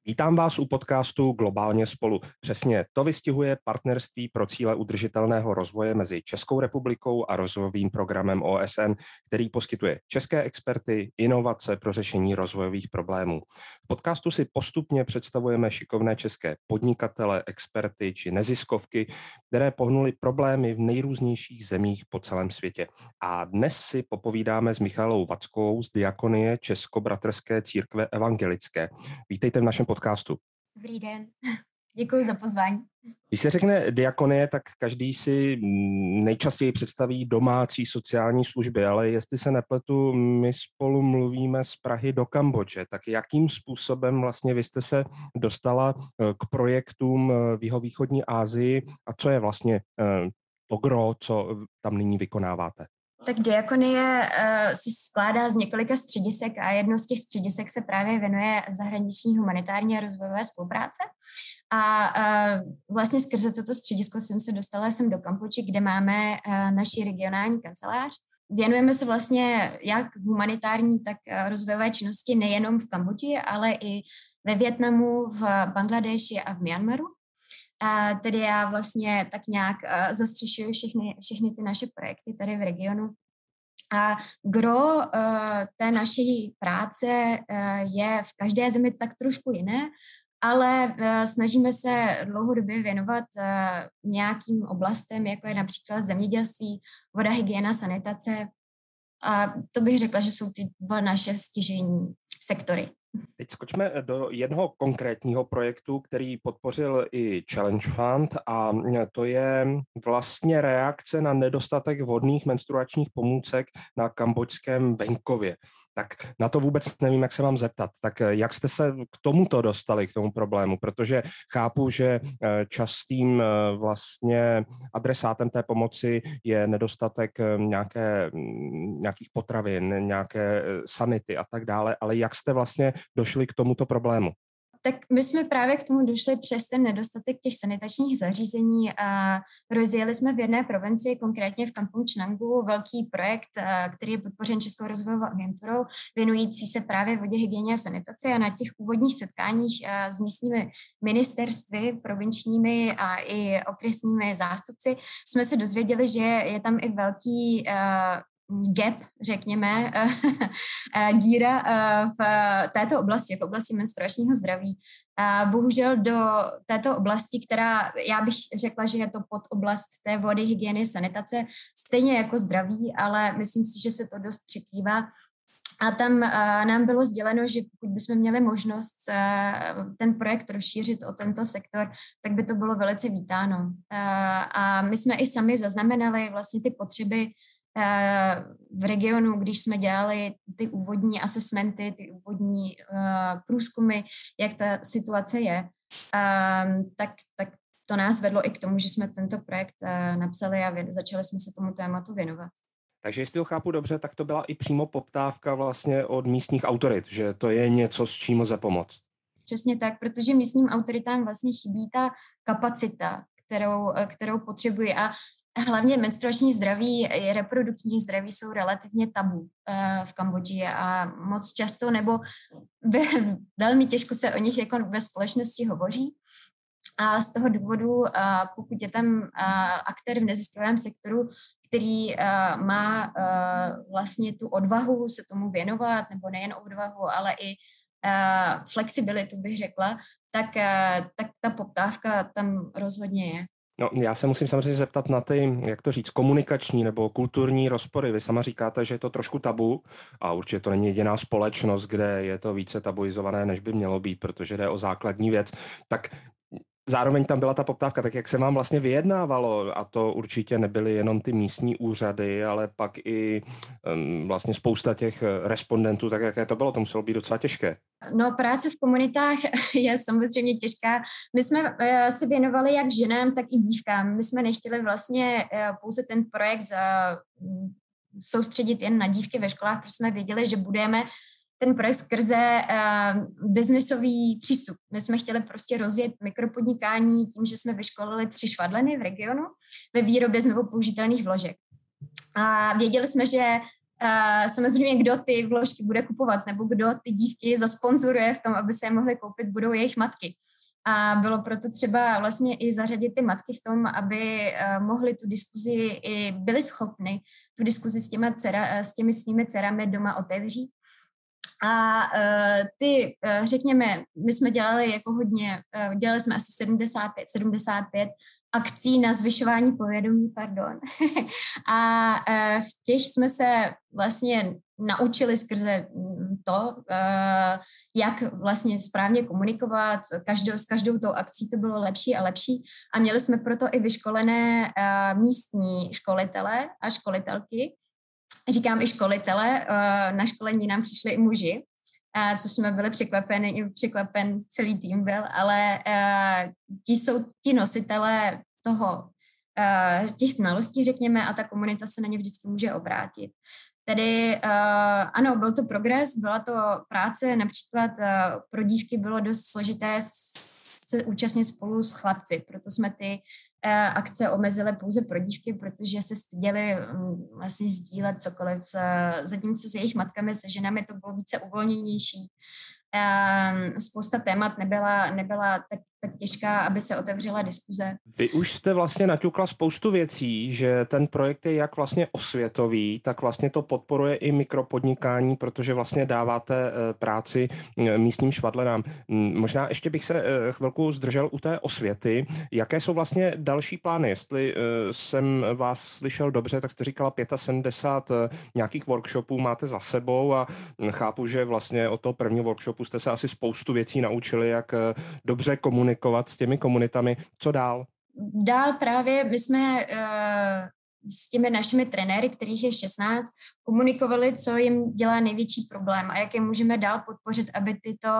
Vítám vás u podcastu Globálně spolu. Přesně to vystihuje partnerství pro cíle udržitelného rozvoje mezi Českou republikou a rozvojovým programem OSN, který poskytuje české experty, inovace pro řešení rozvojových problémů. V podcastu si postupně představujeme šikovné české podnikatele, experty či neziskovky, které pohnuly problémy v nejrůznějších zemích po celém světě. A dnes si popovídáme s Michaelou Vackovou z Diakonie Českobratrské církve evangelické. Vítejte v našem podcastu. Dobrý den, děkuji za pozvání. Když se řekne diakonie, tak každý si nejčastěji představí domácí sociální služby, ale jestli se nepletu, my spolu mluvíme z Prahy do Kambodže. Tak jakým způsobem vlastně vy jste se dostala k projektům v jihovýchodní Asii a co je vlastně to gro, co tam nyní vykonáváte? Tak diakonie se skládá z několika středisek a jedno z těch středisek se právě věnuje zahraniční humanitární a rozvojové spolupráce. A vlastně skrze toto středisko jsem se dostala sem do Kambodži, kde máme naši regionální kancelář. Věnujeme se vlastně jak humanitární, tak rozvojové činnosti nejenom v Kambodži, ale i ve Vietnamu, v Bangladeši a v Myanmaru. A tedy já vlastně tak nějak zastřešuju všechny ty naše projekty tady v regionu. A gro té naší práce je v každé zemi tak trošku jiné, ale snažíme se dlouhodobě věnovat nějakým oblastem, jako je například zemědělství, voda, hygiena, sanitace. A to bych řekla, že jsou ty dva naše stěžejní sektory. Teď skočme do jednoho konkrétního projektu, který podpořil i Challenge Fund, a to je vlastně reakce na nedostatek vhodných menstruačních pomůcek na kambodžském venkově. Tak na to vůbec nevím, jak se vám zeptat. Tak jak jste se k tomuto dostali, k tomu problému? Protože chápu, že častým vlastně adresátem té pomoci je nedostatek nějakých potravin, nějaké sanity a tak dále, ale jak jste vlastně došli k tomuto problému? Tak my jsme právě k tomu došli přes ten nedostatek těch sanitačních zařízení a rozjeli jsme v jedné provincii, konkrétně v Kampong Chnangu, velký projekt, který je podpořen Českou rozvojovou agenturou, věnující se právě vodě, hygieně a sanitaci, a na těch úvodních setkáních s místními ministerstvy, provinčními a i okresními zástupci jsme se dozvěděli, že je tam i velký gap, řekněme, díra v této oblasti, v oblasti menstruačního zdraví. Bohužel do této oblasti, která já bych řekla, že je to pod oblast té vody, hygieny, sanitace, stejně jako zdraví, ale myslím si, že se to dost překrývá. A tam nám bylo sděleno, že pokud bychom měli možnost ten projekt rozšířit o tento sektor, tak by to bylo velice vítáno. A my jsme i sami zaznamenali vlastně ty potřeby v regionu, když jsme dělali ty úvodní assessmenty, ty úvodní průzkumy, jak ta situace je, tak to nás vedlo i k tomu, že jsme tento projekt napsali a začali jsme se tomu tématu věnovat. Takže jestli ho chápu dobře, tak to byla i přímo poptávka vlastně od místních autorit, že to je něco, s čím lze pomoct. Přesně tak, protože místním autoritám vlastně chybí ta kapacita, kterou potřebují, a hlavně menstruační zdraví i reprodukční zdraví jsou relativně tabu v Kambodži a moc často nebo velmi těžko se o nich jako ve společnosti hovoří. A z toho důvodu, pokud je tam aktér v neziskovém sektoru, který má vlastně tu odvahu se tomu věnovat, nebo nejen odvahu, ale i flexibilitu, bych řekla, tak ta poptávka tam rozhodně je. No, já se musím samozřejmě zeptat na ty, jak to říct, komunikační nebo kulturní rozpory. Vy sama říkáte, že je to trošku tabu, a určitě to není jediná společnost, kde je to více tabuizované, než by mělo být, protože jde o základní věc. Tak zároveň tam byla ta poptávka, tak jak se vám vlastně vyjednávalo, a to určitě nebyly jenom ty místní úřady, ale pak i vlastně spousta těch respondentů, tak jaké to bylo, to muselo být docela těžké. No, práce v komunitách je samozřejmě těžká. My jsme se věnovali jak ženám, tak i dívkám. My jsme nechtěli vlastně pouze ten projekt soustředit jen na dívky ve školách, protože jsme věděli, že budeme ten projekt skrze biznesový přístup. My jsme chtěli prostě rozjet mikropodnikání tím, že jsme vyškolili 3 švadleny v regionu ve výrobě znovu použitelných vložek. A věděli jsme, že Samozřejmě, kdo ty vložky bude kupovat, nebo kdo ty dívky zasponzoruje v tom, aby se je mohly koupit, budou jejich matky. A bylo proto třeba vlastně i zařadit ty matky v tom, aby mohly tu diskuzi i byly schopny tu diskuzi s těmi svými dcerami doma otevřít. A řekněme, my jsme dělali jako hodně, dělali jsme asi 75 akcí na zvyšování povědomí, a v těch jsme se vlastně naučili skrze to, jak vlastně správně komunikovat, s každou tou akcí to bylo lepší a lepší a měli jsme proto i vyškolené místní školitele a školitelky. Říkám i školitele, na školení nám přišli i muži, což jsme byli překvapen celý tým byl, ale ti jsou ti nositelé toho, těch znalostí, řekněme, a ta komunita se na ně vždycky může obrátit. Tedy ano, byl to progres, byla to práce, například pro dívky bylo dost složité se účastnit spolu s chlapci, proto jsme ty akce omezily pouze pro dívky, protože se styděli vlastně sdílet cokoliv, zatímco s jejich matkami, se ženami to bylo více uvolněnější. Spousta témat nebyla tak těžká, aby se otevřela diskuze. Vy už jste vlastně naťukla spoustu věcí, že ten projekt je jak vlastně osvětový, tak vlastně to podporuje i mikropodnikání, protože vlastně dáváte práci místním švadlenám. Možná ještě bych se chvilku zdržel u té osvěty. Jaké jsou vlastně další plány? Jestli jsem vás slyšel dobře, tak jste říkala 75 nějakých workshopů máte za sebou a chápu, že vlastně od toho prvního workshopu jste se asi spoustu věcí naučili, jak dobře komunikovat s těmi komunitami. Co dál? Dál právě my jsme s těmi našimi trenéry, kterých je 16, komunikovali, co jim dělá největší problém a jak je můžeme dál podpořit, aby tyto,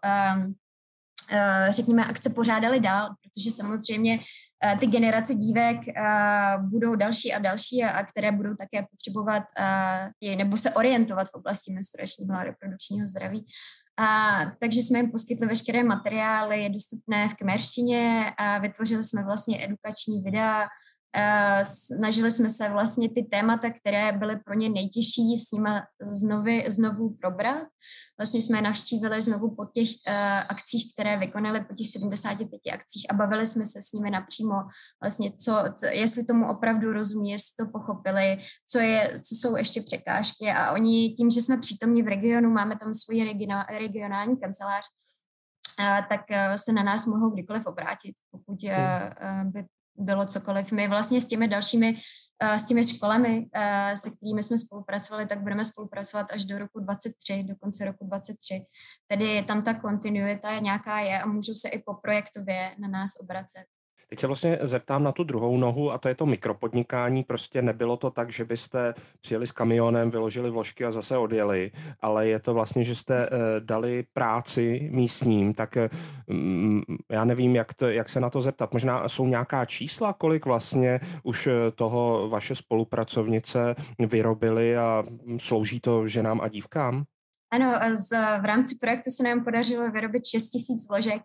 řekněme, akce pořádali dál, protože samozřejmě ty generace dívek budou další a další a které budou také potřebovat nebo se orientovat v oblasti menstruačního a reprodukčního zdraví. Takže jsme jim poskytli veškeré materiály dostupné v khmerštině a vytvořili jsme vlastně edukační videa. Snažili jsme se vlastně ty témata, které byly pro ně nejtěžší, s nimi znovu probrat. Vlastně jsme navštívili znovu po těch akcích, které vykonali po těch 75 akcích a bavili jsme se s nimi napřímo vlastně, jestli tomu opravdu rozumí, jestli to pochopili, co jsou ještě překážky a oni tím, že jsme přítomní v regionu, máme tam svoji regionální kancelář, tak se na nás mohou kdykoliv obrátit, pokud by bylo cokoliv. My vlastně s těmi dalšími, s těmi školami, se kterými jsme spolupracovali, tak budeme spolupracovat až do roku 2023, do konce roku 2023. Tedy tam ta kontinuita nějaká je a můžou se i po projektově na nás obracet. Teď se vlastně zeptám na tu druhou nohu a to je to mikropodnikání. Prostě nebylo to tak, že byste přijeli s kamionem, vyložili vložky a zase odjeli, ale je to vlastně, že jste dali práci místním, tak já nevím, jak se na to zeptat. Možná jsou nějaká čísla, kolik vlastně už toho vaše spolupracovnice vyrobily a slouží to ženám a dívkám? Ano, v rámci projektu se nám podařilo vyrobit 6 000 vložek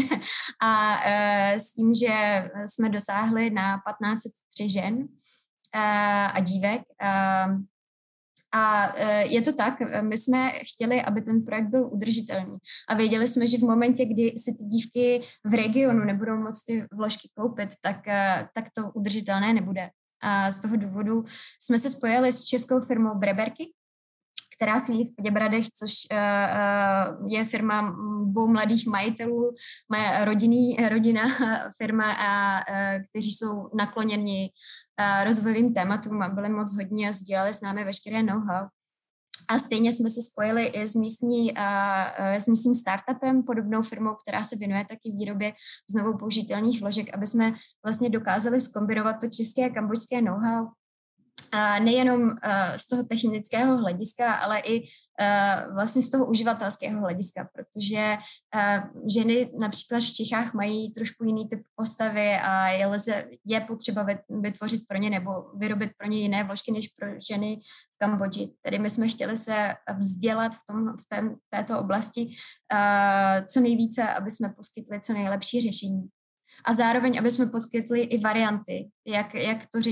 a s tím, že jsme dosáhli na 1503 žen a dívek. A je to tak, my jsme chtěli, aby ten projekt byl udržitelný a věděli jsme, že v momentě, kdy si ty dívky v regionu nebudou moct ty vložky koupit, tak to udržitelné nebude. A z toho důvodu jsme se spojili s českou firmou Breberky, která sídlí v Poděbradech, což je firma 2 mladých majitelů, rodinná firma, kteří jsou nakloněni rozvojovým tématům a byli moc hodní a sdíleli s námi veškeré know-how. A stejně jsme se spojili i s místním startupem, podobnou firmou, která se věnuje taky výrobě znovu použitelných vložek, aby jsme vlastně dokázali zkombinovat to české a kambodžské know-how nejenom z toho technického hlediska, ale i vlastně z toho uživatelského hlediska, protože ženy například v Čechách mají trošku jiný typ postavy a je potřeba vytvořit pro ně nebo vyrobit pro ně jiné vložky než pro ženy v Kambodži. Tedy my jsme chtěli se vzdělat v této oblasti co nejvíce, aby jsme poskytli co nejlepší řešení. A zároveň, aby jsme poskytli i varianty, jak to řešení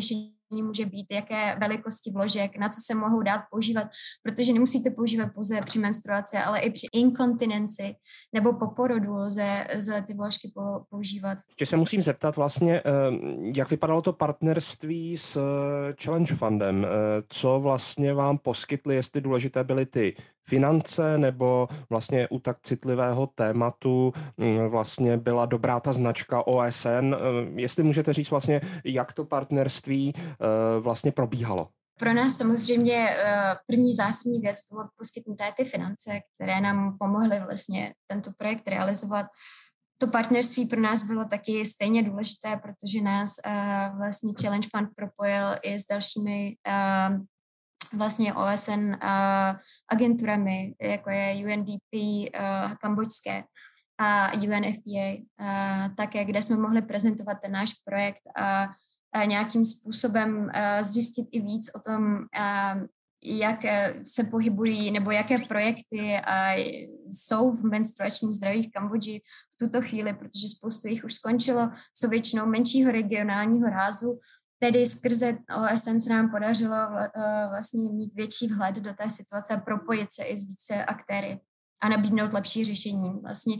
může být, jaké velikosti vložek, na co se mohou dát používat, protože nemusíte používat pouze při menstruaci, ale i při inkontinenci nebo po porodu lze ty vložky používat. Ještě se musím zeptat vlastně, jak vypadalo to partnerství s Challenge Fundem, co vlastně vám poskytli, jestli důležité byly ty finance, nebo vlastně u tak citlivého tématu vlastně byla dobrá ta značka OSN. Jestli můžete říct vlastně, jak to partnerství vlastně probíhalo. Pro nás samozřejmě první zásadní věc bylo poskytnuté ty finance, které nám pomohly vlastně tento projekt realizovat. To partnerství pro nás bylo taky stejně důležité, protože nás vlastně Challenge Fund propojil i s dalšími vlastně OSN agenturami, jako je UNDP kambodžské a UNFPA, také, kde jsme mohli prezentovat ten náš projekt a nějakým způsobem zjistit i víc o tom, jak se pohybují nebo jaké projekty jsou v menstruačním zdraví v Kambodži v tuto chvíli, protože spoustu jich už skončilo, jsou většinou menšího regionálního rázu, tedy skrze OSN se nám podařilo vlastně mít větší vhled do té situace a propojit se i s více aktéry a nabídnout lepší řešení. Vlastně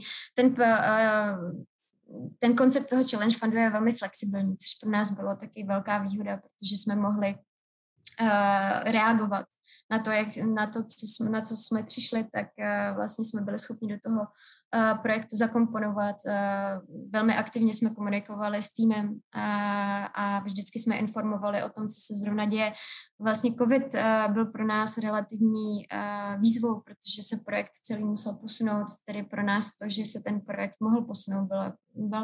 ten koncept toho Challenge Fundu je velmi flexibilní, což pro nás bylo taky velká výhoda, protože jsme mohli reagovat na co jsme přišli, tak vlastně jsme byli schopni do toho projektu zakomponovat. Velmi aktivně jsme komunikovali s týmem a vždycky jsme informovali o tom, co se zrovna děje. Vlastně COVID byl pro nás relativní výzvou, protože se projekt celý musel posunout. Tedy pro nás to, že se ten projekt mohl posunout, byla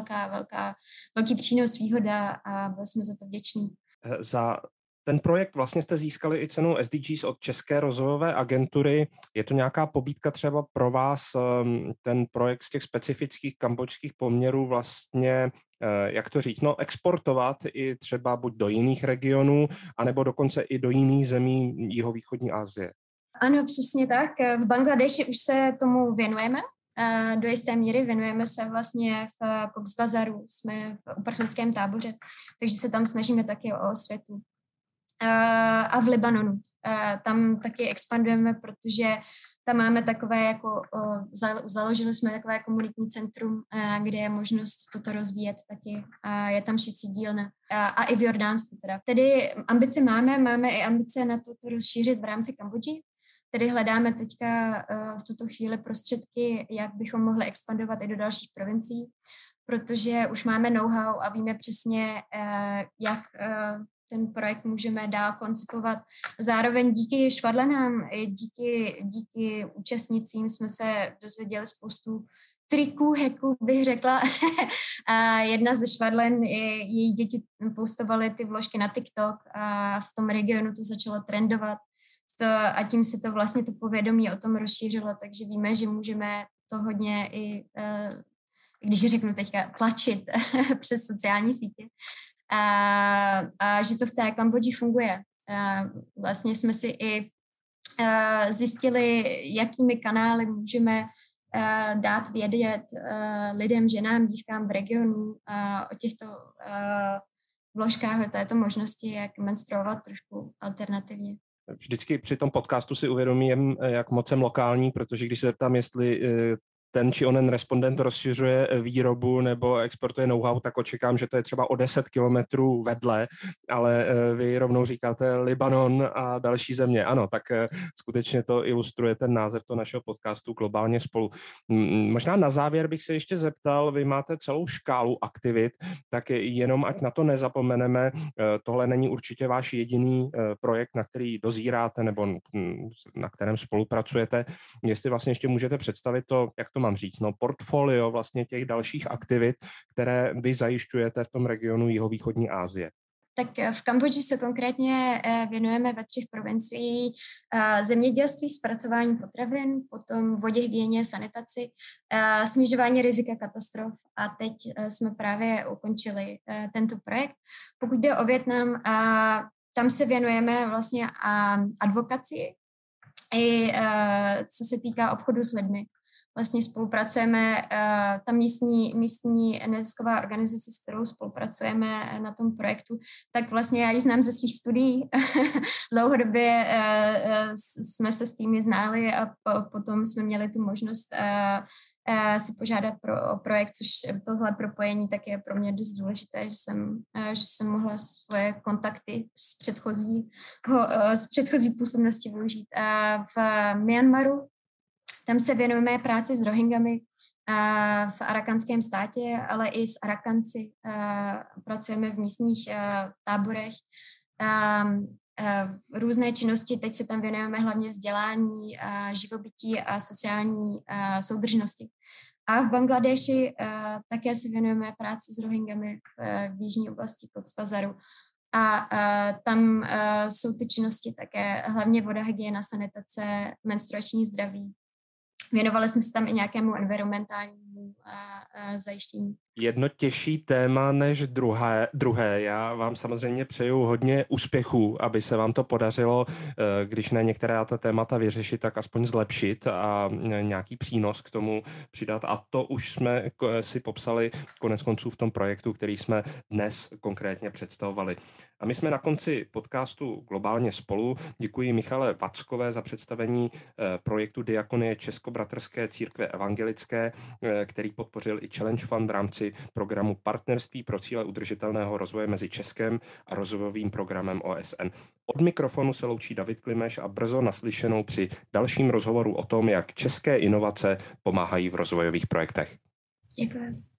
velký přínos, výhoda a byli jsme za to vděční. Za ten projekt vlastně jste získali i cenu SDGs od České rozvojové agentury. Je to nějaká pobídka třeba pro vás, ten projekt z těch specifických kambodžských poměrů vlastně, jak to říct, exportovat i třeba buď do jiných regionů, anebo dokonce i do jiných zemí jihovýchodní Asie? Ano, přesně tak. V Bangladeši už se tomu věnujeme. Do jisté míry věnujeme se vlastně v Cox's Bazaru, jsme v uprchlickém táboře, takže se tam snažíme taky o osvětu. A v Libanonu. Tam taky expandujeme, protože tam máme takové založili jsme takové komunitní centrum, kde je možnost toto rozvíjet taky. Je tam šicí dílna. A i v Jordánsku teda. Tedy ambice máme i ambice na to rozšířit v rámci Kambodži. Tedy hledáme teďka v tuto chvíli prostředky, jak bychom mohli expandovat i do dalších provincií, protože už máme know-how a víme přesně, jak ten projekt můžeme dál koncipovat. Zároveň díky švadlenám, díky účastnicím jsme se dozvěděli spoustu triků, hacků, bych řekla. A jedna ze švadlen, její děti postovaly ty vložky na TikTok a v tom regionu to začalo trendovat. A tím se to vlastně to povědomí o tom rozšířilo, takže víme, že můžeme to hodně i, když řeknu teďka, tlačit přes sociální sítě. A že to v té Kambodži funguje. Vlastně jsme si i zjistili, jakými kanály můžeme dát vědět lidem, ženám, dívkám v regionu o těchto vložkách, o této možnosti, jak menstruovat trošku alternativně. Vždycky při tom podcastu si uvědomím, jak moc jsem lokální, protože když se zeptám, jestli ten či onen respondent rozšiřuje výrobu nebo exportuje know-how, tak očekám, že to je třeba o 10 kilometrů vedle, ale vy rovnou říkáte Libanon a další země. Ano, tak skutečně to ilustruje ten název toho našeho podcastu Globálně spolu. Možná na závěr bych se ještě zeptal, vy máte celou škálu aktivit, tak jenom ať na to nezapomeneme, tohle není určitě váš jediný projekt, na který dozíráte nebo na kterém spolupracujete. Jestli vlastně ještě můžete představit to, jak to mám říct, portfolio vlastně těch dalších aktivit, které vy zajišťujete v tom regionu jihovýchodní Asie. Tak v Kambodži se konkrétně věnujeme ve 3 provinciích: zemědělství, zpracování potravin, potom vodě, hygieně, sanitaci, snižování rizika katastrof. A teď jsme právě ukončili tento projekt. Pokud jde o Vietnam, tam se věnujeme vlastně advokaci, i co se týká obchodu s lidmi. vlastně spolupracujeme, ta místní nezisková organizace, s kterou spolupracujeme na tom projektu, tak vlastně já ji znám ze svých studií. Dlouhodobě jsme se s tými znali a potom jsme měli tu možnost si požádat o projekt, což tohle propojení tak je pro mě dost důležité, že jsem mohla svoje kontakty z předchozí působnosti využít. V Myanmaru tam se věnujeme práci s Rohingyami v arakanském státě, ale i s Arakanci. Pracujeme v místních táborech. Různé činnosti, teď se tam věnujeme hlavně vzdělání, živobytí a sociální soudržnosti. A v Bangladeši také se věnujeme práci s Rohingyami v jižní oblasti Cox's Bazaru. A tam jsou ty činnosti také hlavně voda, hygiena, sanitace, menstruační zdraví. Věnovali jsme se tam i nějakému environmentálnímu zajištění. Jedno těžší téma než druhé. Já vám samozřejmě přeju hodně úspěchů, aby se vám to podařilo, když ne některá ta témata vyřešit, tak aspoň zlepšit a nějaký přínos k tomu přidat. A to už jsme si popsali konec konců v tom projektu, který jsme dnes konkrétně představovali. A my jsme na konci podcastu Globálně spolu. Děkuji Michale Vackové za představení projektu Diakonie Českobratrské církve evangelické, který podpořil i Challenge Fund v rámci programu Partnerství pro cíle udržitelného rozvoje mezi Českem a rozvojovým programem OSN. Od mikrofonu se loučí David Klimeš a brzo naslyšenou při dalším rozhovoru o tom, jak české inovace pomáhají v rozvojových projektech. Děkuji.